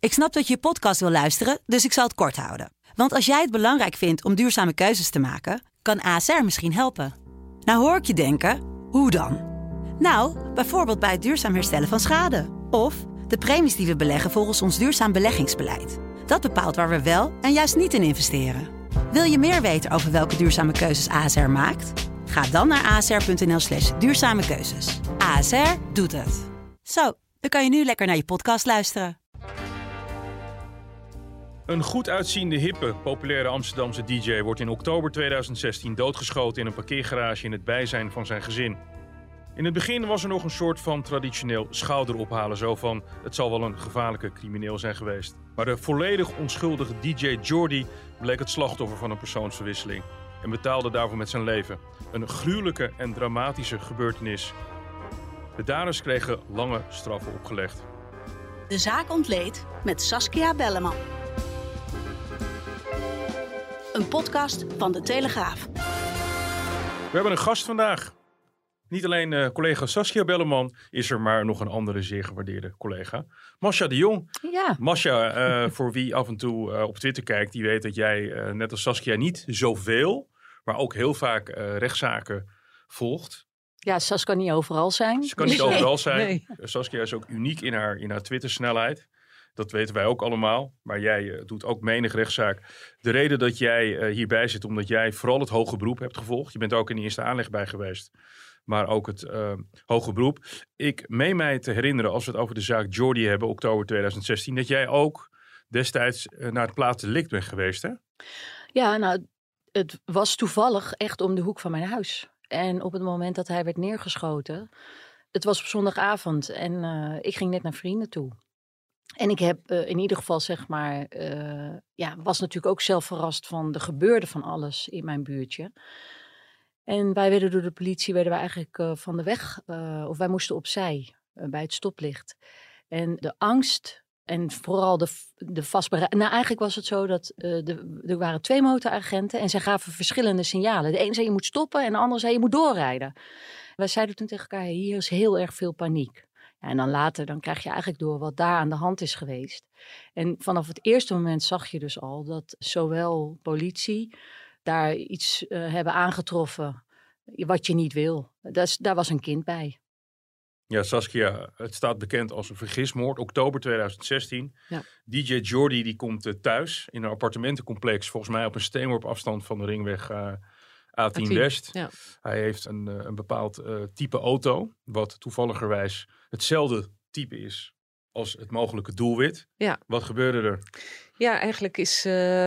Ik snap dat je podcast wil luisteren, dus ik zal het kort houden. Want als jij het belangrijk vindt om duurzame keuzes te maken, kan ASR misschien helpen. Nou hoor ik je denken, hoe dan? Nou, bijvoorbeeld bij het duurzaam herstellen van schade. Of de premies die we beleggen volgens ons duurzaam beleggingsbeleid. Dat bepaalt waar we wel en juist niet in investeren. Wil je meer weten over welke duurzame keuzes ASR maakt? Ga dan naar asr.nl/duurzame keuzes. ASR doet het. Zo, dan kan je nu lekker naar je podcast luisteren. Een goed uitziende, hippe, populaire Amsterdamse DJ wordt in oktober 2016 doodgeschoten in een parkeergarage in het bijzijn van zijn gezin. In het begin was er nog een soort van traditioneel schouderophalen, zo van het zal wel een gevaarlijke crimineel zijn geweest. Maar de volledig onschuldige DJ Jordy bleek het slachtoffer van een persoonsverwisseling en betaalde daarvoor met zijn leven. Een gruwelijke en dramatische gebeurtenis. De daders kregen lange straffen opgelegd. De zaak ontleed met Saskia Belleman. Een podcast van De Telegraaf. We hebben een gast vandaag. Niet alleen collega Saskia Belleman is er, maar nog een andere zeer gewaardeerde collega. Masha de Jong. Ja. Masha, voor wie af en toe op Twitter kijkt, die weet dat jij net als Saskia niet zoveel, maar ook heel vaak rechtszaken volgt. Ja, Sas kan niet overal zijn. Ze kan niet overal zijn. Nee. Saskia is ook uniek in haar Twitter-snelheid. Dat weten wij ook allemaal. Maar jij doet ook menig rechtszaak. De reden dat jij hierbij zit, omdat jij vooral het hoge beroep hebt gevolgd. Je bent ook in de eerste aanleg bij geweest. Maar ook het hoge beroep. Ik meen mij te herinneren, als we het over de zaak Jordy hebben, oktober 2016, dat jij ook destijds naar het plaatsdelict bent geweest, hè? Ja, nou, het was toevallig echt om de hoek van mijn huis. En op het moment dat hij werd neergeschoten, het was op zondagavond en ik ging net naar vrienden toe. En ik heb in ieder geval, zeg maar, was natuurlijk ook zelf verrast van de gebeurde van alles in mijn buurtje. En wij werden door de politie, eigenlijk van de weg, of wij moesten opzij bij het stoplicht. En de angst en vooral de vastberadenheid. Nou, eigenlijk was het zo dat er waren 2 motoragenten en zij gaven verschillende signalen. De ene zei je moet stoppen en de andere zei je moet doorrijden. Wij zeiden toen tegen elkaar, hier is heel erg veel paniek. Ja, en dan later dan krijg je eigenlijk door wat daar aan de hand is geweest. En vanaf het eerste moment zag je dus al dat zowel politie daar iets hebben aangetroffen wat je niet wil. Daar was een kind bij. Ja, Saskia, het staat bekend als een vergismoord. Oktober 2016. Ja. DJ Jordy die komt thuis in een appartementencomplex. Volgens mij op een steenworp afstand van de ringweg A10 West. Ja. Hij heeft een bepaald type auto. Wat toevalligerwijs hetzelfde type is als het mogelijke doelwit. Ja. Wat gebeurde er? Ja, eigenlijk is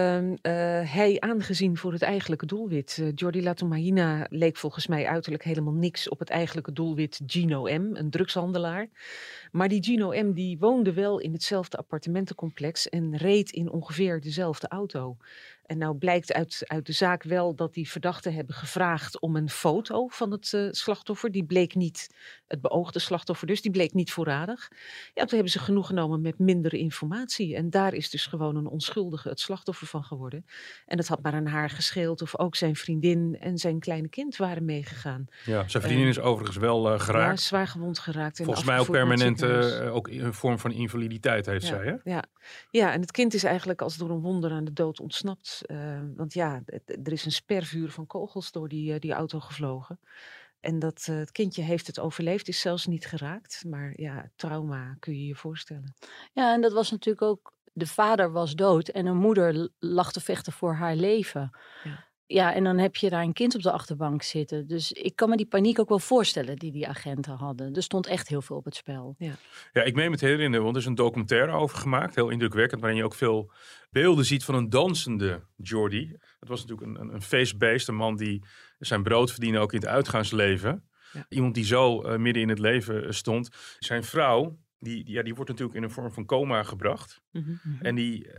hij aangezien voor het eigenlijke doelwit. Jordy Latumahina leek volgens mij uiterlijk helemaal niks op het eigenlijke doelwit Gino M., een drugshandelaar. Maar die Gino M. die woonde wel in hetzelfde appartementencomplex en reed in ongeveer dezelfde auto. En nou blijkt uit de zaak wel dat die verdachten hebben gevraagd om een foto van het slachtoffer. Die bleek niet het beoogde slachtoffer, dus die bleek niet voorradig. Ja, toen hebben ze genoeg genomen met mindere informatie. En daar is dus gewoon een onschuldige het slachtoffer van geworden. En het had maar aan haar gescheeld of ook zijn vriendin en zijn kleine kind waren meegegaan. Ja, zijn vriendin is overigens wel geraakt. Ja, zwaar gewond geraakt. En volgens mij ook permanent ook een vorm van invaliditeit heeft ja, zij, hè? Ja, en het kind is eigenlijk als door een wonder aan de dood ontsnapt. Want ja, er is een spervuur van kogels door die auto gevlogen. En het kindje heeft het overleefd, is zelfs niet geraakt. Maar ja, trauma kun je je voorstellen. Ja, en dat was natuurlijk ook, de vader was dood en een moeder lag te vechten voor haar leven. Ja, en dan heb je daar een kind op de achterbank zitten. Dus ik kan me die paniek ook wel voorstellen die agenten hadden. Er stond echt heel veel op het spel. Ja, ik meen me te herinneren, want er is een documentaire over gemaakt. Heel indrukwekkend, waarin je ook veel beelden ziet van een dansende Jordy. Het was natuurlijk een feestbeest, een man die zijn brood verdiende ook in het uitgaansleven. Ja. Iemand die zo midden in het leven stond. Zijn vrouw, die wordt natuurlijk in een vorm van coma gebracht. Mm-hmm. En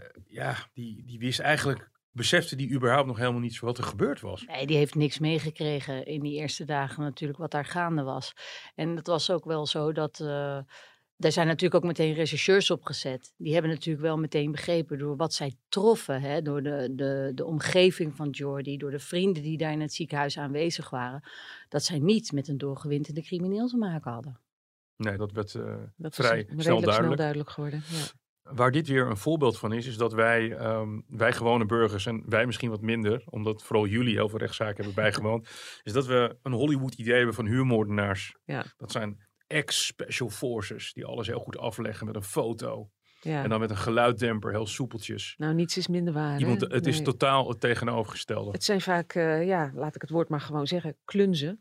die wist eigenlijk, besefte die überhaupt nog helemaal niet zo wat er gebeurd was. Nee, die heeft niks meegekregen in die eerste dagen natuurlijk wat daar gaande was. En het was ook wel zo dat daar zijn natuurlijk ook meteen rechercheurs opgezet. Die hebben natuurlijk wel meteen begrepen door wat zij troffen. Hè, door de omgeving van Jordy, door de vrienden die daar in het ziekenhuis aanwezig waren. Dat zij niet met een doorgewinterde crimineel te maken hadden. Nee, dat werd Dat vrij is snel redelijk snel duidelijk geworden. Ja. Waar dit weer een voorbeeld van is dat wij gewone burgers, en wij misschien wat minder, omdat vooral jullie heel veel rechtszaken hebben bijgewoond, is dat we een Hollywood-idee hebben van huurmoordenaars. Ja. Dat zijn ex-special forces die alles heel goed afleggen met een foto. Ja. En dan met een geluiddemper, heel soepeltjes. Nou, niets is minder waar. Het is totaal het tegenovergestelde. Het zijn vaak, laat ik het woord maar gewoon zeggen, klunzen.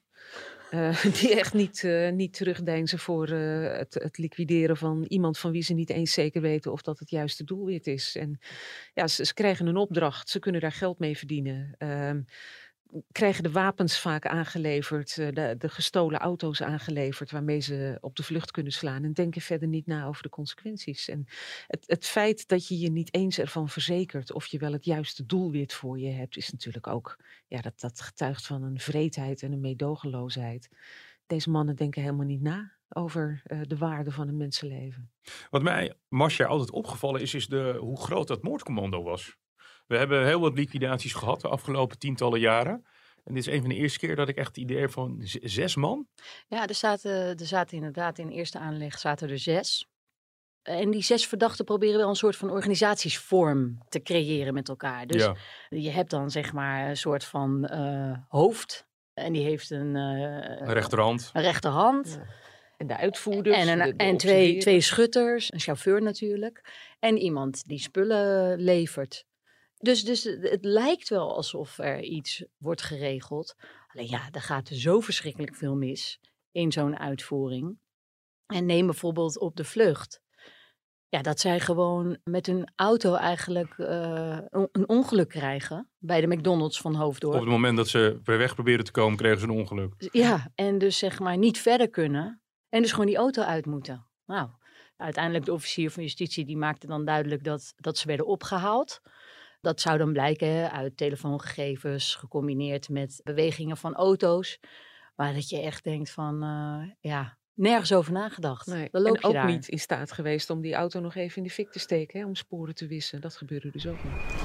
Die echt niet terugdeinzen voor het liquideren van iemand van wie ze niet eens zeker weten of dat het juiste doelwit is. En ja, ze krijgen een opdracht, ze kunnen daar geld mee verdienen. Krijgen de wapens vaak aangeleverd, de gestolen auto's aangeleverd waarmee ze op de vlucht kunnen slaan en denken verder niet na over de consequenties. En het feit dat je je niet eens ervan verzekert of je wel het juiste doelwit voor je hebt, is natuurlijk ook, dat getuigt van een vreedheid en een meedogenloosheid. Deze mannen denken helemaal niet na over de waarde van een mensenleven. Wat mij, Marcia, altijd opgevallen is hoe groot dat moordcommando was. We hebben heel wat liquidaties gehad de afgelopen tientallen jaren. En dit is een van de eerste keer dat ik echt het idee heb van 6 man. Ja, er zaten inderdaad in de eerste aanleg er 6. En die 6 verdachten proberen wel een soort van organisatiesvorm te creëren met elkaar. Dus je hebt dan zeg maar een soort van hoofd. En die heeft een rechterhand. Een rechterhand. Ja. En de uitvoerders. En twee schutters, een chauffeur natuurlijk. En iemand die spullen levert. Dus het lijkt wel alsof er iets wordt geregeld. Alleen er gaat zo verschrikkelijk veel mis in zo'n uitvoering. En neem bijvoorbeeld op de vlucht. Ja, dat zij gewoon met hun auto eigenlijk een ongeluk krijgen. Bij de McDonald's van Hoofddorp. Op het moment dat ze per weg proberen te komen, kregen ze een ongeluk. Ja, en dus zeg maar niet verder kunnen. En dus gewoon die auto uit moeten. Nou, uiteindelijk de officier van justitie die maakte dan duidelijk dat ze werden opgehaald. Dat zou dan blijken uit telefoongegevens gecombineerd met bewegingen van auto's. Maar dat je echt denkt van, nergens over nagedacht. Nee. Dan loop en je ook daar. niet in staat geweest om die auto nog even in de fik te steken, hè, om sporen te wissen. Dat gebeurde dus ook niet.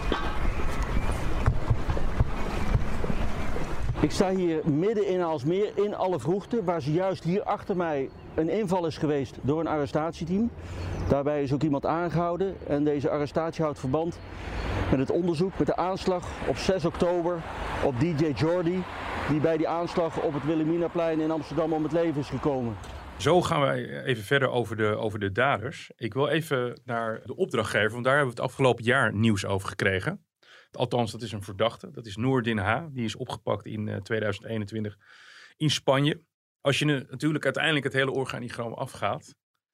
Ik sta hier midden in Aalsmeer, in alle vroegte, waar zojuist hier achter mij een inval is geweest door een arrestatieteam. Daarbij is ook iemand aangehouden en deze arrestatie houdt verband met het onderzoek, met de aanslag op 6 oktober op DJ Jordi, die bij die aanslag op het Wilhelminaplein in Amsterdam om het leven is gekomen. Zo gaan wij even verder over de daders. Ik wil even naar de opdrachtgever, want daar hebben we het afgelopen jaar nieuws over gekregen. Althans, dat is een verdachte. Dat is Noordin H. Die is opgepakt in 2021 in Spanje. Als je natuurlijk uiteindelijk het hele organigram afgaat,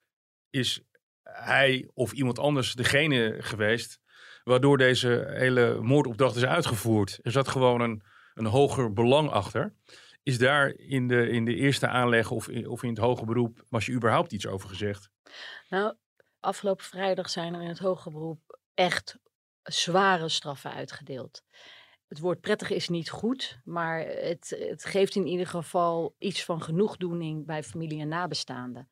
is hij of iemand anders degene geweest waardoor deze hele moordopdracht is uitgevoerd. Er zat gewoon een hoger belang achter. Is daar in de eerste aanleg of in het hoger beroep, was je überhaupt iets over gezegd? Nou, afgelopen vrijdag zijn er in het hoger beroep echt zware straffen uitgedeeld. Het woord prettig is niet goed, maar het geeft in ieder geval iets van genoegdoening bij familie en nabestaanden.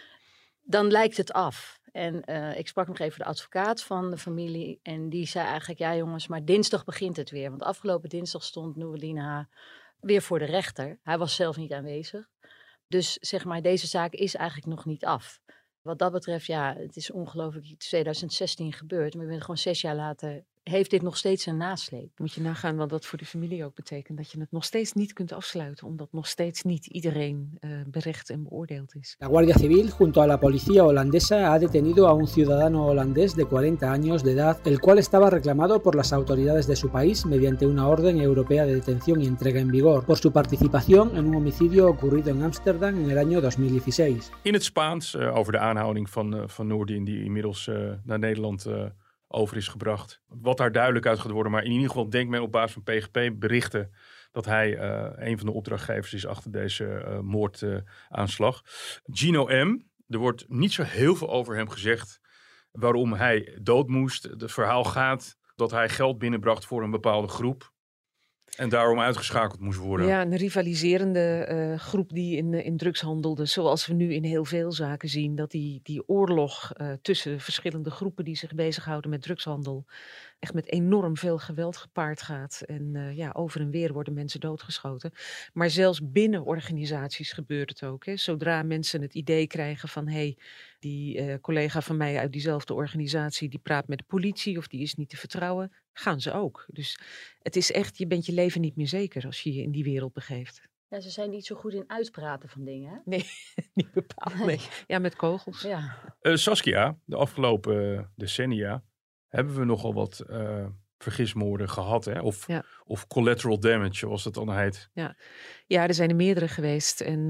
Dan lijkt het af. En ik sprak nog even de advocaat van de familie en die zei eigenlijk, ja jongens, maar dinsdag begint het weer. Want afgelopen dinsdag stond Noordin H. weer voor de rechter. Hij was zelf niet aanwezig. Dus zeg maar, deze zaak is eigenlijk nog niet af. Wat dat betreft, het is ongelooflijk iets 2016 gebeurd. Maar je bent gewoon 6 jaar later, heeft dit nog steeds een nasleep. Moet je nagaan wat dat voor de familie ook betekent. Dat je het nog steeds niet kunt afsluiten. Omdat nog steeds niet iedereen berecht en beoordeeld is. La Guardia Civil, junto a la policía holandesa, ha detenido a un ciudadano holandés de 40 años de edad, el cual estaba reclamado por las autoridades de su país mediante una orden europea de detención y entrega en vigor, por su participación en un homicidio ocurrido en Ámsterdam en el año 2016. In het Spaans over de aanhouding van Noordin, die inmiddels naar Nederland over is gebracht. Wat daar duidelijk uit gaat worden, maar in ieder geval denkt men op basis van PGP-berichten dat hij een van de opdrachtgevers is achter deze moordaanslag. Gino M., er wordt niet zo heel veel over hem gezegd waarom hij dood moest. Het verhaal gaat dat hij geld binnenbracht voor een bepaalde groep en daarom uitgeschakeld moest worden. Ja, een rivaliserende groep die in drugs handelde. Zoals we nu in heel veel zaken zien. Dat die oorlog tussen verschillende groepen die zich bezighouden met drugshandel echt met enorm veel geweld gepaard gaat. En over en weer worden mensen doodgeschoten. Maar zelfs binnen organisaties gebeurt het ook. Hè. Zodra mensen het idee krijgen van die collega van mij uit diezelfde organisatie, die praat met de politie of die is niet te vertrouwen, gaan ze ook. Dus het is echt, je bent je leven niet meer zeker als je je in die wereld begeeft. Ja, ze zijn niet zo goed in uitpraten van dingen, hè? Nee, niet bepaald. Nee. Ja, met kogels. Ja. Saskia, de afgelopen decennia hebben we nogal wat vergismoorden gehad, hè? Of collateral damage, zoals dat dan heet. Ja, er zijn er meerdere geweest. En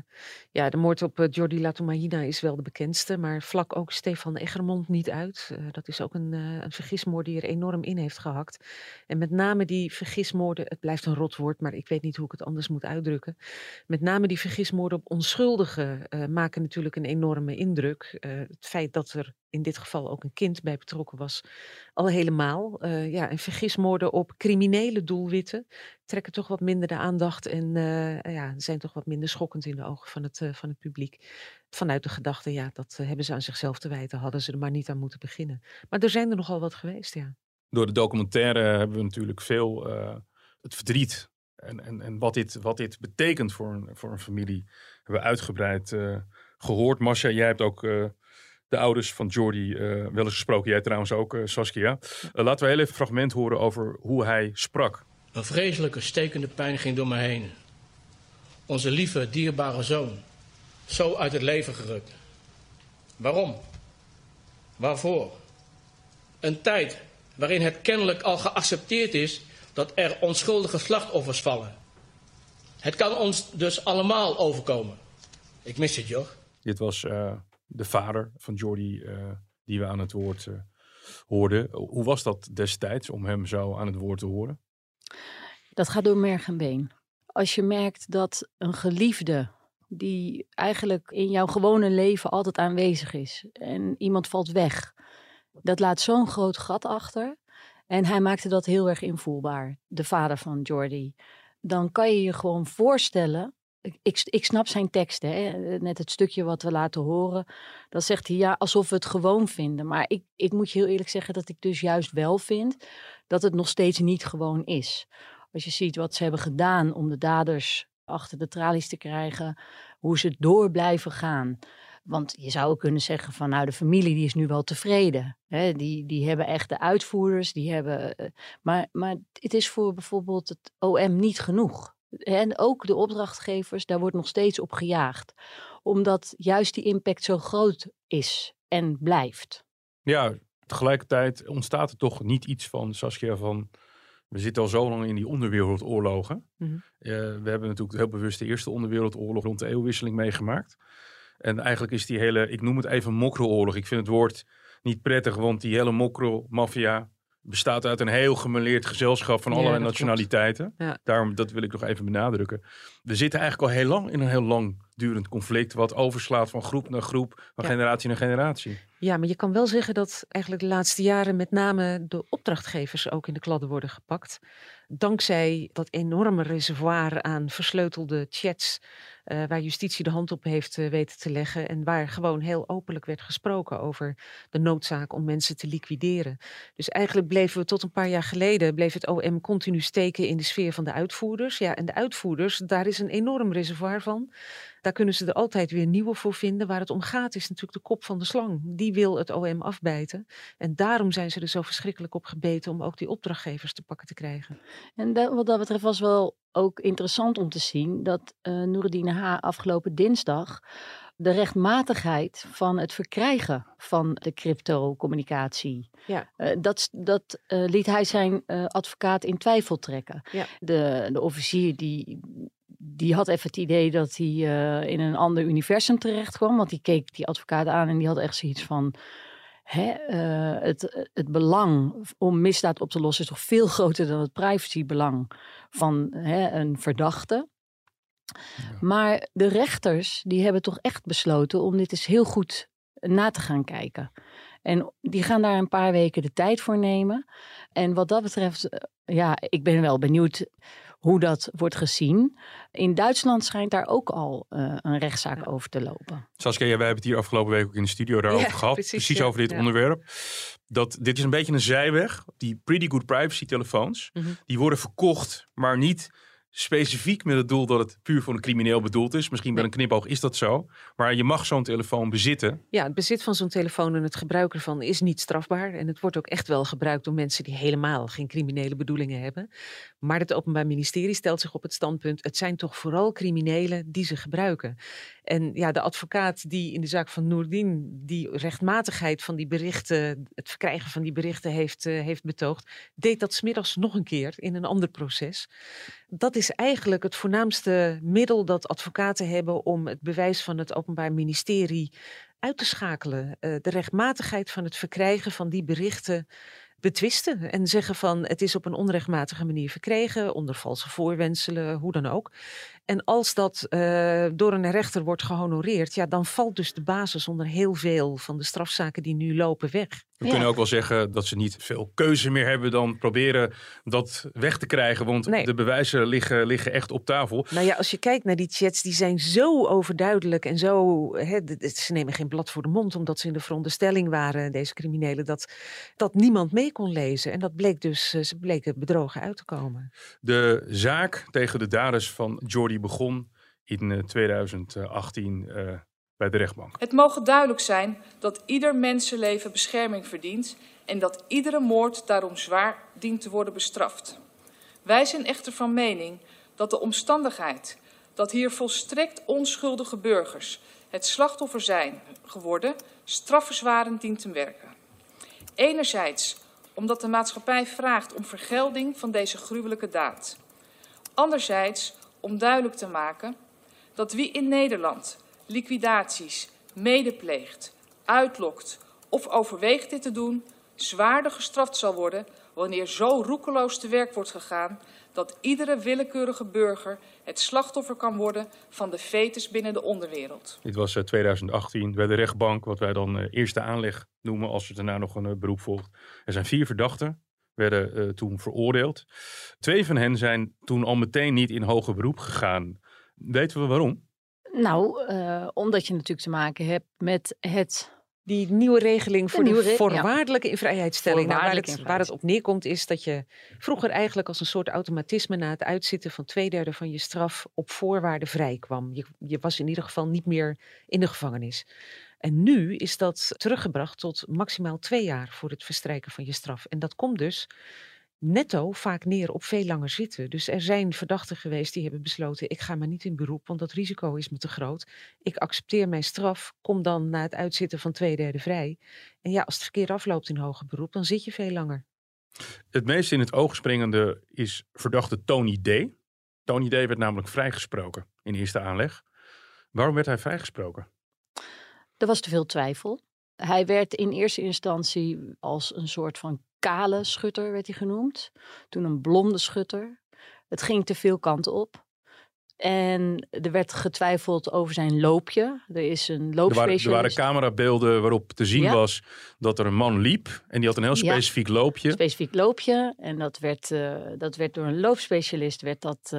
de moord op Jordi Latumahina is wel de bekendste. Maar vlak ook Stefan Eggermond niet uit. Dat is ook een vergismoord die er enorm in heeft gehakt. En met name die vergismoorden, het blijft een rotwoord, maar ik weet niet hoe ik het anders moet uitdrukken. Met name die vergismoorden op onschuldigen maken natuurlijk een enorme indruk. Het feit dat er in dit geval ook een kind bij betrokken was, al helemaal. En vergismoorden op criminele doelwitten trekken toch wat minder de aandacht en zijn toch wat minder schokkend in de ogen van het publiek. Vanuit de gedachte, dat hebben ze aan zichzelf te wijten, hadden ze er maar niet aan moeten beginnen. Maar er zijn er nogal wat geweest, ja. Door de documentaire hebben we natuurlijk veel het verdriet en wat dit betekent voor een familie hebben we uitgebreid gehoord. Masha, jij hebt ook de ouders van Jordi wel eens gesproken. Jij trouwens ook, Saskia. Laten we heel even een fragment horen over hoe hij sprak. Een vreselijke stekende pijn ging door me heen. Onze lieve, dierbare zoon. Zo uit het leven gerukt. Waarom? Waarvoor? Een tijd waarin het kennelijk al geaccepteerd is dat er onschuldige slachtoffers vallen. Het kan ons dus allemaal overkomen. Ik mis het, joh. Dit was de vader van Jordi die we aan het woord hoorden. Hoe was dat destijds om hem zo aan het woord te horen? Dat gaat door merg en been. Als je merkt dat een geliefde die eigenlijk in jouw gewone leven altijd aanwezig is en iemand valt weg, dat laat zo'n groot gat achter. En hij maakte dat heel erg invoelbaar, de vader van Jordi. Dan kan je je gewoon voorstellen. Ik snap zijn teksten, hè? Net het stukje wat we laten horen. Dan zegt hij alsof we het gewoon vinden. Maar ik moet je heel eerlijk zeggen dat ik dus juist wel vind dat het nog steeds niet gewoon is. Als je ziet wat ze hebben gedaan om de daders achter de tralies te krijgen, hoe ze door blijven gaan. Want je zou ook kunnen zeggen van de familie die is nu wel tevreden. Hè? Die hebben echt de uitvoerders, die hebben. Maar het is voor bijvoorbeeld het OM niet genoeg. En ook de opdrachtgevers, daar wordt nog steeds op gejaagd. Omdat juist die impact zo groot is en blijft. Ja, tegelijkertijd ontstaat er toch niet iets van, Saskia, van we zitten al zo lang in die onderwereldoorlogen. Mm-hmm. We hebben natuurlijk heel bewust de Eerste Onderwereldoorlog rond de eeuwwisseling meegemaakt. En eigenlijk is die hele, ik noem het even mokro-oorlog. Ik vind het woord niet prettig, want die hele mokro-maffia bestaat uit een heel gemêleerd gezelschap van allerlei nationaliteiten. Ja. Daarom, dat wil ik nog even benadrukken. We zitten eigenlijk al heel lang in een heel langdurend conflict, wat overslaat van groep naar groep, van generatie naar generatie. Ja, maar je kan wel zeggen dat eigenlijk de laatste jaren met name de opdrachtgevers ook in de kladden worden gepakt. Dankzij dat enorme reservoir aan versleutelde chats waar justitie de hand op heeft weten te leggen en waar gewoon heel openlijk werd gesproken over de noodzaak om mensen te liquideren. Dus eigenlijk bleven we tot een paar jaar geleden, bleef het OM continu steken in de sfeer van de uitvoerders. Ja, en de uitvoerders, daar is een enorm reservoir van. Daar kunnen ze er altijd weer nieuwe voor vinden. Waar het om gaat is natuurlijk de kop van de slang. Die wil het OM afbijten. En daarom zijn ze er zo verschrikkelijk op gebeten om ook die opdrachtgevers te pakken te krijgen. En wat dat betreft was wel ook interessant om te zien dat Noureddine H. afgelopen dinsdag de rechtmatigheid van het verkrijgen van de cryptocommunicatie. Ja. Dat liet hij zijn advocaat in twijfel trekken. Ja. De officier die had even het idee dat hij in een ander universum terecht kwam. Want die keek die advocaat aan en die had echt zoiets van het belang om misdaad op te lossen is toch veel groter dan het privacybelang van een verdachte. Ja. Maar de rechters die hebben toch echt besloten om dit eens heel goed na te gaan kijken. En die gaan daar een paar weken de tijd voor nemen. En wat dat betreft, ik ben wel benieuwd hoe dat wordt gezien. In Duitsland schijnt daar ook al een rechtszaak over te lopen. Saskia, wij hebben het hier afgelopen week ook in de studio daarover gehad. Precies over dit onderwerp. Dit is een beetje een zijweg. Die pretty good privacy telefoons, die worden verkocht, maar niet specifiek met het doel dat het puur voor een crimineel bedoeld is. Misschien met een knipoog is dat zo. Maar je mag zo'n telefoon bezitten. Ja, het bezit van zo'n telefoon en het gebruik ervan is niet strafbaar. En het wordt ook echt wel gebruikt door mensen die helemaal geen criminele bedoelingen hebben. Maar het Openbaar Ministerie stelt zich op het standpunt, het zijn toch vooral criminelen die ze gebruiken. En ja, de advocaat die in de zaak van Noordin die rechtmatigheid van die berichten, het verkrijgen van die berichten heeft betoogd, deed dat 's middags nog een keer in een ander proces. Dat is eigenlijk het voornaamste middel dat advocaten hebben om het bewijs van het Openbaar Ministerie uit te schakelen. De rechtmatigheid van het verkrijgen van die berichten betwisten en zeggen van het is op een onrechtmatige manier verkregen, onder valse voorwendselen, hoe dan ook. En als dat door een rechter wordt gehonoreerd, ja, dan valt dus de basis onder heel veel van de strafzaken die nu lopen weg. We kunnen ook wel zeggen dat ze niet veel keuze meer hebben dan proberen dat weg te krijgen. Want de bewijzen liggen echt op tafel. Nou ja, als je kijkt naar die chats, die zijn zo overduidelijk en zo. Ze nemen geen blad voor de mond omdat ze in de veronderstelling waren, deze criminelen, dat niemand mee kon lezen. En dat bleek dus, ze bleken bedrogen uit te komen. De zaak tegen de daders van Jordi begon in 2018 bij de rechtbank. Het mogen duidelijk zijn dat ieder mensenleven bescherming verdient en dat iedere moord daarom zwaar dient te worden bestraft. Wij zijn echter van mening dat de omstandigheid dat hier volstrekt onschuldige burgers het slachtoffer zijn geworden, strafverzwarend dient te werken. Enerzijds omdat de maatschappij vraagt om vergelding van deze gruwelijke daad. Anderzijds om duidelijk te maken dat wie in Nederland liquidaties medepleegt, uitlokt of overweegt dit te doen, zwaarder gestraft zal worden wanneer zo roekeloos te werk wordt gegaan dat iedere willekeurige burger het slachtoffer kan worden van de fetus binnen de onderwereld. Dit was 2018 bij de rechtbank, wat wij dan eerste aanleg noemen als er daarna nog een beroep volgt. Er zijn 4 verdachten, werden toen veroordeeld. 2 van hen zijn toen al meteen niet in hoger beroep gegaan. Weten we waarom? Nou, omdat je natuurlijk te maken hebt met die nieuwe regeling voor de voorwaardelijke invrijheidstelling. Waar het op neerkomt is dat je vroeger eigenlijk als een soort automatisme na het uitzitten van 2/3 van je straf op voorwaarden vrij kwam. Je was in ieder geval niet meer in de gevangenis. En nu is dat teruggebracht tot maximaal 2 jaar voor het verstrijken van je straf. En dat komt dus netto vaak neer op veel langer zitten. Dus er zijn verdachten geweest die hebben besloten, ik ga maar niet in beroep, want dat risico is me te groot. Ik accepteer mijn straf, kom dan na het uitzitten van 2/3 vrij. En ja, als het verkeerd afloopt in hoger beroep, dan zit je veel langer. Het meest in het oog springende is verdachte Tony D. Tony D werd namelijk vrijgesproken in eerste aanleg. Waarom werd hij vrijgesproken? Er was te veel twijfel. Hij werd in eerste instantie als een soort van kale schutter werd hij genoemd. Toen een blonde schutter. Het ging te veel kanten op. En er werd getwijfeld over zijn loopje. Er is een loopspecialist. Er waren camerabeelden waarop te zien was dat er een man liep. En die had een heel specifiek loopje. Een specifiek loopje. En dat werd door een loopspecialist werd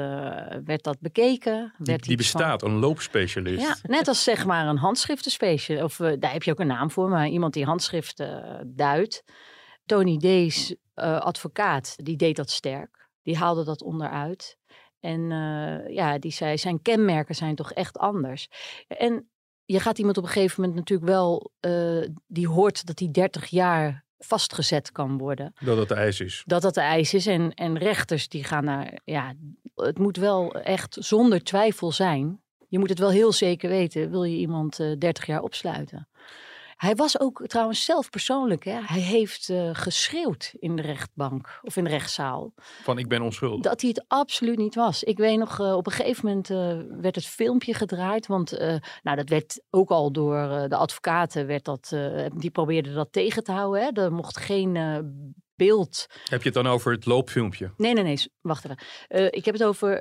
dat bekeken. Die bestaat, een loopspecialist. Ja, net als zeg maar een handschriftenspecialist. Of daar heb je ook een naam voor. Maar iemand die handschriften duidt. Tony D's advocaat, die deed dat sterk. Die haalde dat onderuit. En die zei, zijn kenmerken zijn toch echt anders. En je gaat iemand op een gegeven moment natuurlijk wel, die hoort dat hij 30 jaar vastgezet kan worden. Dat dat de eis is. Dat de eis is. En rechters die gaan naar, het moet wel echt zonder twijfel zijn. Je moet het wel heel zeker weten, wil je iemand 30 jaar opsluiten. Hij was ook trouwens zelf persoonlijk. Hè? Hij heeft geschreeuwd in de rechtbank of in de rechtszaal. Van ik ben onschuldig. Dat hij het absoluut niet was. Ik weet nog, op een gegeven moment werd het filmpje gedraaid. Want dat werd ook al door de advocaten. Die probeerden dat tegen te houden. Hè? Er mocht geen beeld. Heb je het dan over het loopfilmpje? Nee, wacht even. Ik heb het over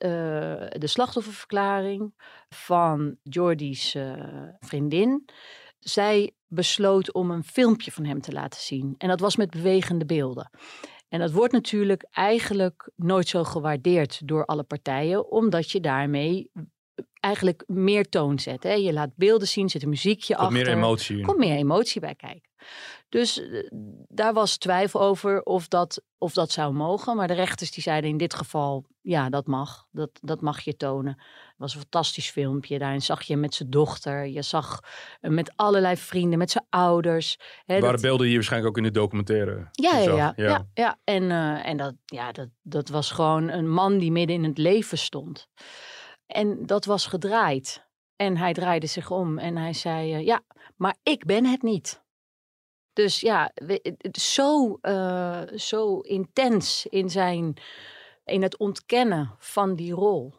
de slachtofferverklaring van Jordi's vriendin. Zij besloot om een filmpje van hem te laten zien. En dat was met bewegende beelden. En dat wordt natuurlijk eigenlijk nooit zo gewaardeerd door alle partijen, omdat je daarmee eigenlijk meer toon zet. Hè? Je laat beelden zien, zit een muziekje achter. Meer emotie in. Komt meer emotie bij kijken. Dus daar was twijfel over of dat zou mogen. Maar de rechters die zeiden in dit geval, ja, dat mag. Dat mag je tonen. Het was een fantastisch filmpje. Daarin zag je met zijn dochter. Je zag met allerlei vrienden, met zijn ouders. Er waren beelden die je waarschijnlijk ook in de documentaire Ja. En dat was gewoon een man die midden in het leven stond. En dat was gedraaid. En hij draaide zich om en hij zei, maar ik ben het niet. Dus ja, zo intens in het ontkennen van die rol.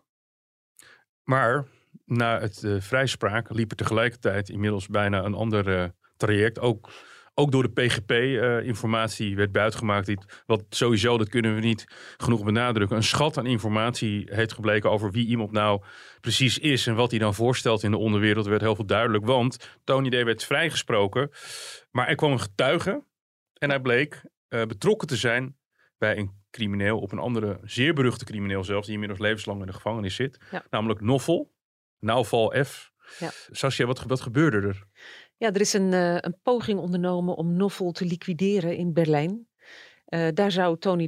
Maar na het vrijspraak liep er tegelijkertijd inmiddels bijna een ander traject. Ook door de PGP informatie werd buitgemaakt. Wat sowieso, dat kunnen we niet genoeg benadrukken. Een schat aan informatie heeft gebleken over wie iemand nou precies is. En wat hij dan voorstelt in de onderwereld werd heel veel duidelijk. Want Tony D. werd vrijgesproken. Maar er kwam een getuige. En hij bleek betrokken te zijn bij een crimineel. Op een andere, zeer beruchte crimineel zelfs. Die inmiddels levenslang in de gevangenis zit. Ja. Namelijk Noffel. Nauval F. Ja. Saskia, wat gebeurde er? Ja, er is een poging ondernomen om Noffel te liquideren in Berlijn. Daar zou Tony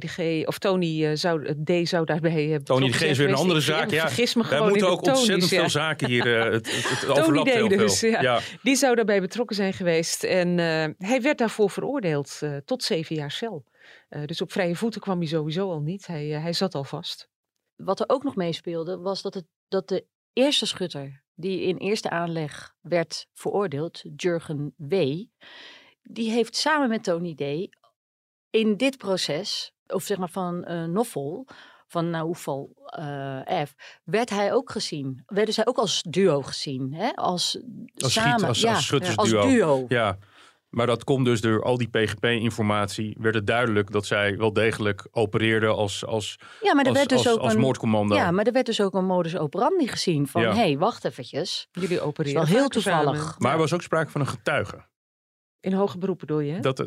D. zou daarbij Tony D. G. is weer een andere zaak. Ja, vergis me gewoon. Wij moeten ook ontzettend veel zaken hier. Het overlapt heel veel. Dus, ja. Die zou daarbij betrokken zijn geweest. En hij werd daarvoor veroordeeld tot 7 jaar cel. Dus op vrije voeten kwam hij sowieso al niet. Hij zat al vast. Wat er ook nog meespeelde was dat de eerste schutter die in eerste aanleg werd veroordeeld, Jurgen W., die heeft samen met Tony D. in dit proces, of zeg maar van Noffel, van Nauval F., werd hij ook gezien. Werden zij ook als duo gezien. Hè? Als schuttersduo. Ja. Maar dat komt dus door al die PGP-informatie. Werd het duidelijk dat zij wel degelijk opereerden als moordcommando. Ja, maar er werd dus ook een modus operandi gezien. Van, hey, wacht eventjes. Jullie opereren. Dat is wel heel toevallig. Maar er was ook sprake van een getuige. In hoger beroep bedoel je? Hè? Dat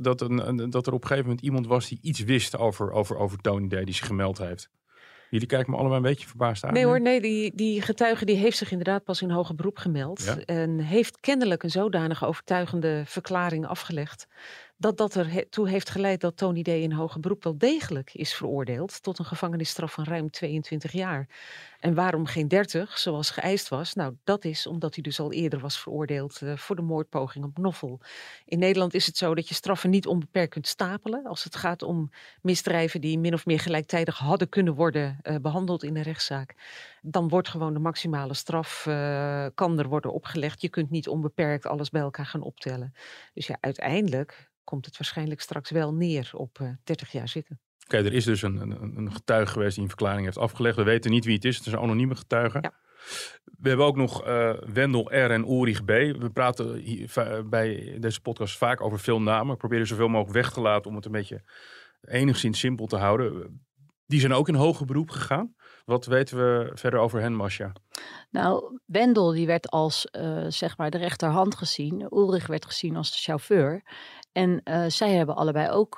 er op een gegeven moment iemand was die iets wist over Tony D. die zich gemeld heeft. Jullie kijken me allemaal een beetje verbaasd aan. Nee hoor, die getuige die heeft zich inderdaad pas in hoger beroep gemeld. Ja? En heeft kennelijk een zodanige overtuigende verklaring afgelegd. Dat ertoe heeft geleid dat Tony D. in hoger beroep wel degelijk is veroordeeld tot een gevangenisstraf van ruim 22 jaar. En waarom geen 30, zoals geëist was? Nou, dat is omdat hij dus al eerder was veroordeeld voor de moordpoging op Noffel. In Nederland is het zo dat je straffen niet onbeperkt kunt stapelen. Als het gaat om misdrijven die min of meer gelijktijdig hadden kunnen worden behandeld in een rechtszaak. Dan wordt gewoon de maximale straf, kan er worden opgelegd. Je kunt niet onbeperkt alles bij elkaar gaan optellen. Dus ja, uiteindelijk komt het waarschijnlijk straks wel neer op 30 jaar zitten. Oké, er is dus een getuige geweest die een verklaring heeft afgelegd. We weten niet wie het is. Het is een anonieme getuige. Ja. We hebben ook nog Wendel R. en Ulrich B. We praten hier, bij deze podcast vaak over veel namen. We proberen zoveel mogelijk weg te laten om het een beetje enigszins simpel te houden. Die zijn ook in hoger beroep gegaan. Wat weten we verder over hen, Masha? Nou, Wendel die werd als zeg maar de rechterhand gezien. Ulrich werd gezien als de chauffeur. En zij hebben allebei ook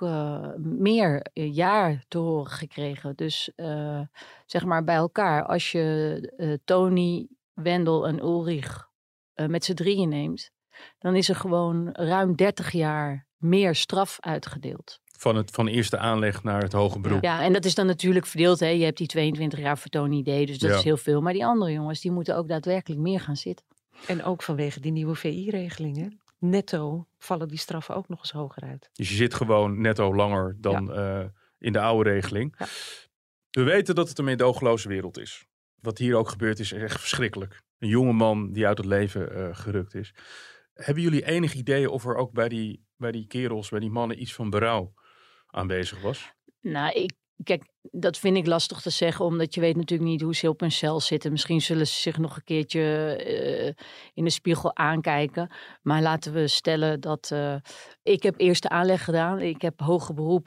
meer jaar te horen gekregen. Dus zeg maar bij elkaar, als je Tony, Wendel en Ulrich met z'n drieën neemt, dan is er gewoon ruim 30 jaar meer straf uitgedeeld. Van eerste aanleg naar het hoger beroep. Ja, en dat is dan natuurlijk verdeeld. Hè? Je hebt die 22 jaar voor Tony D, dus dat is heel veel. Maar die andere jongens, die moeten ook daadwerkelijk meer gaan zitten. En ook vanwege die nieuwe VI-regelingen. Netto vallen die straffen ook nog eens hoger uit. Dus je zit gewoon netto langer dan in de oude regeling. Ja. We weten dat het een meedogenloze wereld is. Wat hier ook gebeurt is echt verschrikkelijk. Een jonge man die uit het leven gerukt is. Hebben jullie enig idee of er ook bij die kerels, bij die mannen iets van berouw aanwezig was? Nou, kijk, dat vind ik lastig te zeggen, omdat je weet natuurlijk niet hoe ze op hun cel zitten. Misschien zullen ze zich nog een keertje in de spiegel aankijken. Maar laten we stellen dat ik heb eerste aanleg gedaan. Ik heb hoger beroep,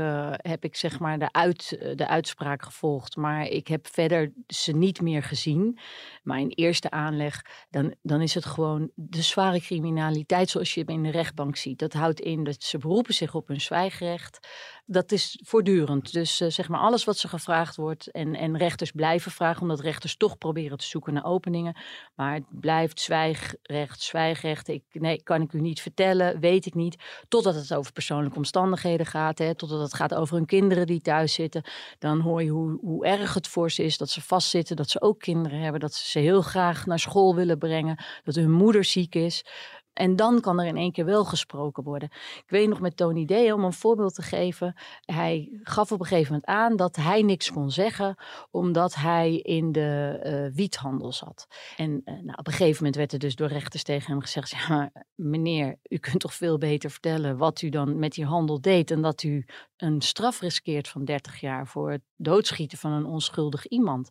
heb ik zeg maar de uitspraak gevolgd. Maar ik heb verder ze niet meer gezien. Maar in eerste aanleg, dan is het gewoon de zware criminaliteit zoals je in de rechtbank ziet. Dat houdt in dat ze beroepen zich op hun zwijgrecht. Dat is voortdurend. Dus zeg maar maar alles wat ze gevraagd wordt. En rechters blijven vragen, omdat rechters toch proberen te zoeken naar openingen. Maar het blijft zwijgrecht. Kan ik u niet vertellen, weet ik niet. Totdat het over persoonlijke omstandigheden gaat. Totdat het gaat over hun kinderen die thuis zitten. Dan hoor je hoe erg het voor ze is dat ze vastzitten. Dat ze ook kinderen hebben. Dat ze heel graag naar school willen brengen. Dat hun moeder ziek is. En dan kan er in één keer wel gesproken worden. Ik weet nog met Tony D, om een voorbeeld te geven. Hij gaf op een gegeven moment aan dat hij niks kon zeggen, omdat hij in de wiethandel zat. En op een gegeven moment werd er dus door rechters tegen hem gezegd, ja, maar meneer, u kunt toch veel beter vertellen wat u dan met die handel deed en dat u een straf riskeert van 30 jaar voor het doodschieten van een onschuldig iemand.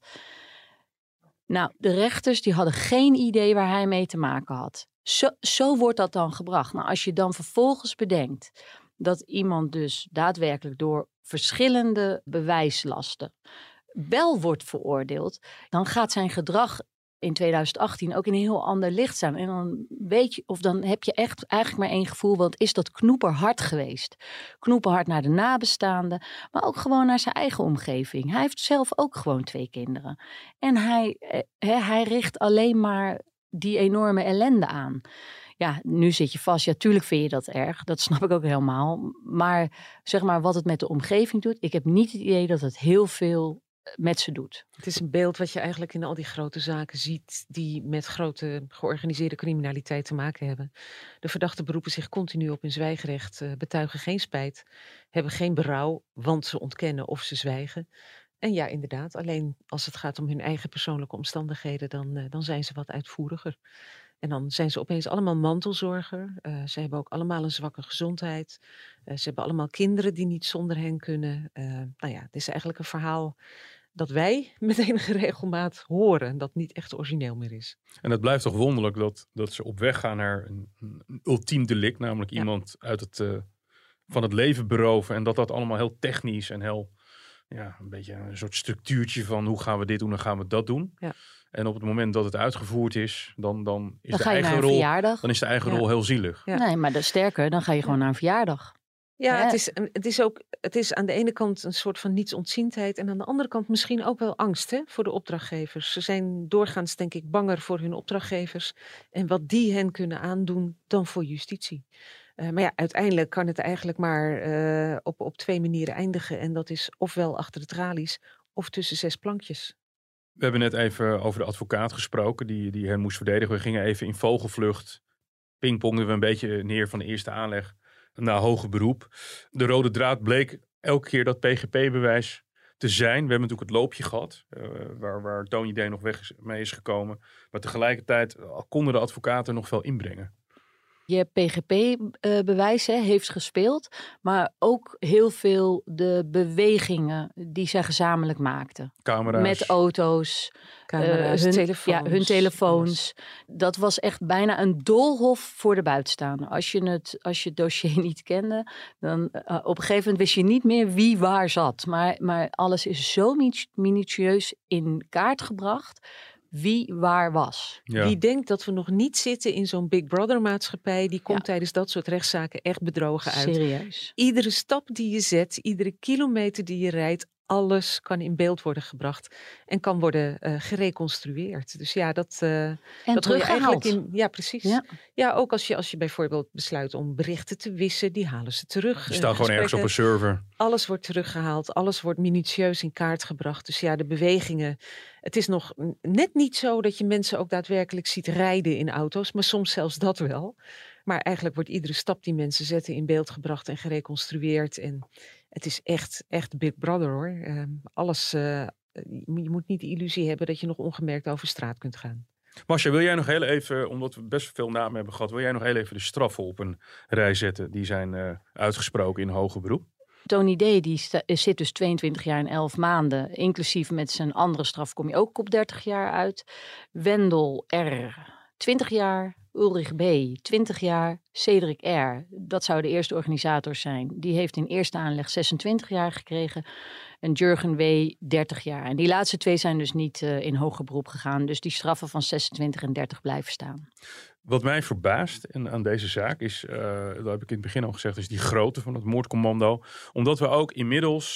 Nou, de rechters die hadden geen idee waar hij mee te maken had. Zo wordt dat dan gebracht. Nou, als je dan vervolgens bedenkt dat iemand dus daadwerkelijk door verschillende bewijslasten wel wordt veroordeeld, dan gaat zijn gedrag in 2018 ook in een heel ander licht staan. En dan weet je, of dan heb je echt eigenlijk maar één gevoel, want is dat knoeperhard geweest. Knoeperhard naar de nabestaanden, maar ook gewoon naar zijn eigen omgeving. Hij heeft zelf ook gewoon 2 kinderen. En hij richt alleen maar die enorme ellende aan. Ja, nu zit je vast. Ja, tuurlijk vind je dat erg. Dat snap ik ook helemaal. Maar zeg maar wat het met de omgeving doet. Ik heb niet het idee dat het heel veel met ze doet. Het is een beeld wat je eigenlijk in al die grote zaken ziet die met grote georganiseerde criminaliteit te maken hebben. De verdachten beroepen zich continu op hun zwijgrecht, betuigen geen spijt, hebben geen berouw, want ze ontkennen of ze zwijgen. En ja, inderdaad, alleen als het gaat om hun eigen persoonlijke omstandigheden, dan zijn ze wat uitvoeriger. En dan zijn ze opeens allemaal mantelzorger. Ze hebben ook allemaal een zwakke gezondheid. Ze hebben allemaal kinderen die niet zonder hen kunnen. Het is eigenlijk een verhaal dat wij met enige regelmaat horen. Dat niet echt origineel meer is. En het blijft toch wonderlijk dat ze op weg gaan naar een ultiem delict. Namelijk iemand uit van het leven beroven. En dat allemaal heel technisch en heel, een beetje een soort structuurtje van hoe gaan we dit doen en gaan we dat doen. Ja. En op het moment dat het uitgevoerd is, dan is de eigen rol, dan is de eigen rol heel zielig. Ja. Nee, maar sterker, dan ga je gewoon naar een verjaardag. Ja, het is aan de ene kant een soort van nietsontziendheid en aan de andere kant misschien ook wel angst voor de opdrachtgevers. Ze zijn doorgaans, denk ik, banger voor hun opdrachtgevers en wat die hen kunnen aandoen dan voor justitie. Maar ja, uiteindelijk kan het eigenlijk maar op 2 manieren eindigen en dat is ofwel achter de tralies of tussen 6 plankjes. We hebben net even over de advocaat gesproken die hen moest verdedigen. We gingen even in vogelvlucht, pingpongden we een beetje neer van de eerste aanleg naar hoger beroep. De rode draad bleek elke keer dat PGP-bewijs te zijn. We hebben natuurlijk het loopje gehad, waar Tony D nog weg mee is gekomen. Maar tegelijkertijd konden de advocaten nog veel inbrengen. Je PGP-bewijs heeft gespeeld, maar ook heel veel de bewegingen die zij gezamenlijk maakten. Camera's. Met auto's, telefoons. hun telefoons. Dat was echt bijna een doolhof voor de buitenstaander. Als je het dossier niet kende, dan op een gegeven moment wist je niet meer wie waar zat. Maar alles is zo minutieus in kaart gebracht wie waar was. Ja. Wie denkt dat we nog niet zitten in zo'n Big Brother maatschappij, die komt tijdens dat soort rechtszaken echt bedrogen uit. Serieus. Iedere stap die je zet, iedere kilometer die je rijdt, alles kan in beeld worden gebracht en kan worden gereconstrueerd. Dus ja, dat hoor je eigenlijk in. Ja, precies. Ja, ook als je bijvoorbeeld besluit om berichten te wissen, die halen ze terug. Die staan gewoon ergens op een server. Alles wordt teruggehaald, alles wordt minutieus in kaart gebracht. Dus ja, de bewegingen. Het is nog net niet zo dat je mensen ook daadwerkelijk ziet rijden in auto's, maar soms zelfs dat wel. Maar eigenlijk wordt iedere stap die mensen zetten in beeld gebracht en gereconstrueerd. En het is echt Big Brother hoor. Je moet niet de illusie hebben dat je nog ongemerkt over straat kunt gaan. Masha, wil jij nog heel even, omdat we best veel namen hebben gehad, wil jij nog heel even de straffen op een rij zetten die zijn uitgesproken in hoger beroep? Tony D. die zit dus 22 jaar en 11 maanden. Inclusief met zijn andere straf kom je ook op 30 jaar uit. Wendel R. 20 jaar. Ulrich B. 20 jaar. Cedric R. Dat zou de eerste organisator zijn. Die heeft in eerste aanleg 26 jaar gekregen. En Jurgen W. 30 jaar. En die laatste 2 zijn dus niet in hoger beroep gegaan. Dus die straffen van 26 en 30 blijven staan. Wat mij verbaast aan deze zaak is, dat heb ik in het begin al gezegd, is die grootte van het moordcommando. Omdat we ook inmiddels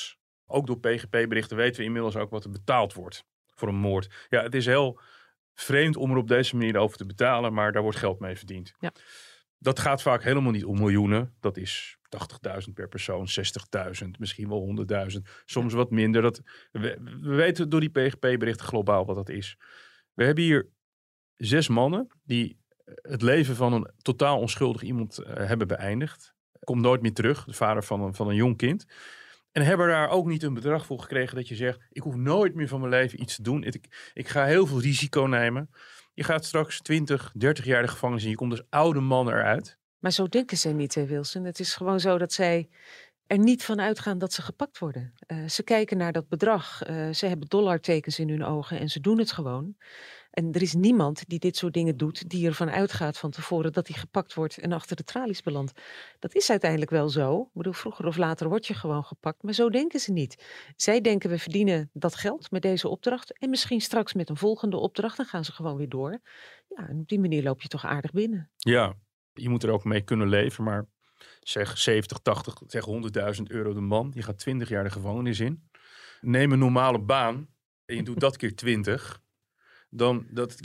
ook door PGP-berichten weten we inmiddels ook wat er betaald wordt voor een moord. Ja, het is heel vreemd om er op deze manier over te betalen, maar daar wordt geld mee verdiend. Ja. Dat gaat vaak helemaal niet om miljoenen. Dat is 80.000 per persoon, 60.000, misschien wel 100.000. Soms wat minder. We weten door die PGP-berichten globaal wat dat is. We hebben hier 6 mannen die het leven van een totaal onschuldig iemand hebben beëindigd. Komt nooit meer terug, de vader van een jong kind. En hebben daar ook niet een bedrag voor gekregen dat je zegt, ik hoef nooit meer van mijn leven iets te doen. Ik ga heel veel risico nemen. Je gaat straks 20, 30 jaar de gevangenis in. Je komt als oude man eruit. Maar zo denken zij niet, Wilson. Het is gewoon zo dat zij er niet van uitgaan dat ze gepakt worden. Ze kijken naar dat bedrag. Ze hebben dollartekens in hun ogen en ze doen het gewoon. En er is niemand die dit soort dingen doet, die ervan uitgaat van tevoren dat hij gepakt wordt en achter de tralies belandt. Dat is uiteindelijk wel zo. Ik bedoel, vroeger of later word je gewoon gepakt, maar zo denken ze niet. Zij denken, we verdienen dat geld met deze opdracht en misschien straks met een volgende opdracht, dan gaan ze gewoon weer door. Ja, en op die manier loop je toch aardig binnen. Ja, je moet er ook mee kunnen leven, maar zeg 70, 80, zeg 100.000 euro de man. Je gaat 20 jaar de gevangenis in. Neem een normale baan en je doet dat keer 20. Dan,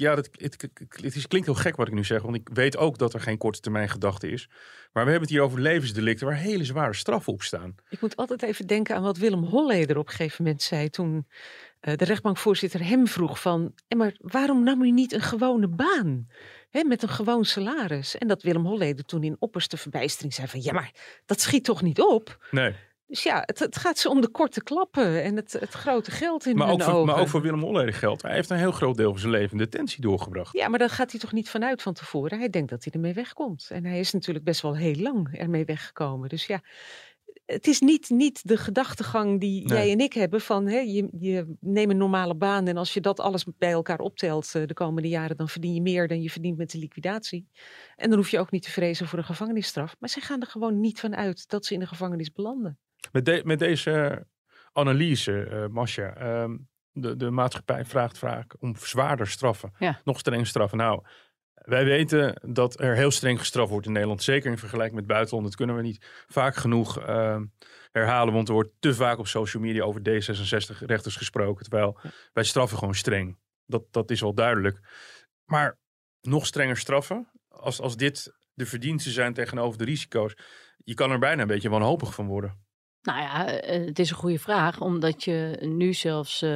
het klinkt heel gek wat ik nu zeg, want ik weet ook dat er geen korte termijn gedachte is. Maar we hebben het hier over levensdelicten waar hele zware straffen op staan. Ik moet altijd even denken aan wat Willem Holleder op een gegeven moment zei toen de rechtbankvoorzitter hem vroeg van, maar waarom nam u niet een gewone baan? Met een gewoon salaris. En dat Willem Holleder toen in opperste verbijstering zei van, ja, maar dat schiet toch niet op? Nee. Dus ja, het gaat ze om de korte klappen en het grote geld in hun ogen. Maar ook voor Willem Holleder geldt. Hij heeft een heel groot deel van zijn leven in detentie doorgebracht. Ja, maar daar gaat hij toch niet vanuit van tevoren. Hij denkt dat hij ermee wegkomt. En hij is natuurlijk best wel heel lang ermee weggekomen. Dus ja, het is niet de gedachtegang die jij en ik hebben van je neemt een normale baan en als je dat alles bij elkaar optelt de komende jaren, dan verdien je meer dan je verdient met de liquidatie. En dan hoef je ook niet te vrezen voor een gevangenisstraf. Maar zij gaan er gewoon niet van uit dat ze in de gevangenis belanden. Met deze analyse, Masha, de maatschappij vraagt vaak om zwaarder straffen. Ja. Nog strenger straffen. Nou, wij weten dat er heel streng gestraft wordt in Nederland. Zeker in vergelijking met buitenland. Dat kunnen we niet vaak genoeg herhalen. Want er wordt te vaak op social media over D66-rechters gesproken. Terwijl wij straffen gewoon streng. Dat is wel duidelijk. Maar nog strenger straffen. Als dit de verdiensten zijn tegenover de risico's. Je kan er bijna een beetje wanhopig van worden. Nou ja, het is een goede vraag. Omdat je nu zelfs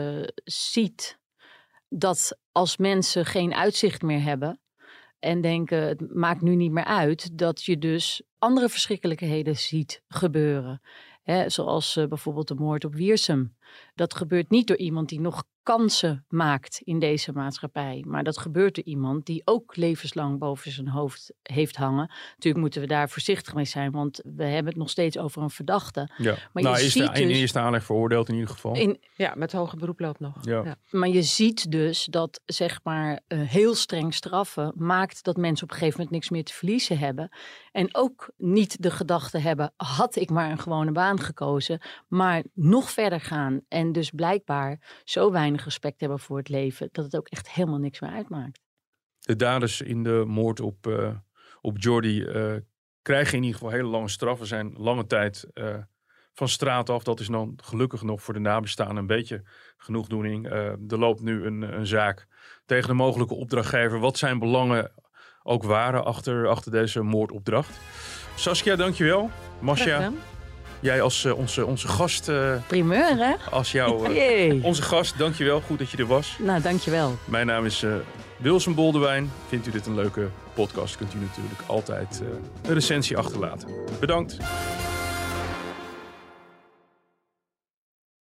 ziet dat als mensen geen uitzicht meer hebben en denken het maakt nu niet meer uit, dat je dus andere verschrikkelijkheden ziet gebeuren. Zoals bijvoorbeeld de moord op Wiersum. Dat gebeurt niet door iemand die nog kansen maakt in deze maatschappij. Maar dat gebeurt door iemand die ook levenslang boven zijn hoofd heeft hangen. Natuurlijk moeten we daar voorzichtig mee zijn, want we hebben het nog steeds over een verdachte. Ja. Maar nou, in eerste aanleg veroordeeld in ieder geval. Ja, met hoger beroep loopt nog. Ja. Ja. Maar je ziet dus dat zeg maar heel streng straffen maakt dat mensen op een gegeven moment niks meer te verliezen hebben. En ook niet de gedachte hebben, had ik maar een gewone baan gekozen, maar nog verder gaan en dus blijkbaar zo weinig respect hebben voor het leven, dat het ook echt helemaal niks meer uitmaakt. De daders in de moord op Jordi krijgen in ieder geval hele lange straffen, zijn lange tijd van straat af. Dat is dan gelukkig nog voor de nabestaanden een beetje genoegdoening. Er loopt nu een zaak tegen de mogelijke opdrachtgever. Wat zijn belangen ook waren achter deze moordopdracht. Saskia, dankjewel. Masha, jij als onze gast. Primeur, hè? Als onze gast, dankjewel. Goed dat je er was. Nou, dankjewel. Mijn naam is Wilson Boldewijn. Vindt u dit een leuke podcast, kunt u natuurlijk altijd een recensie achterlaten. Bedankt.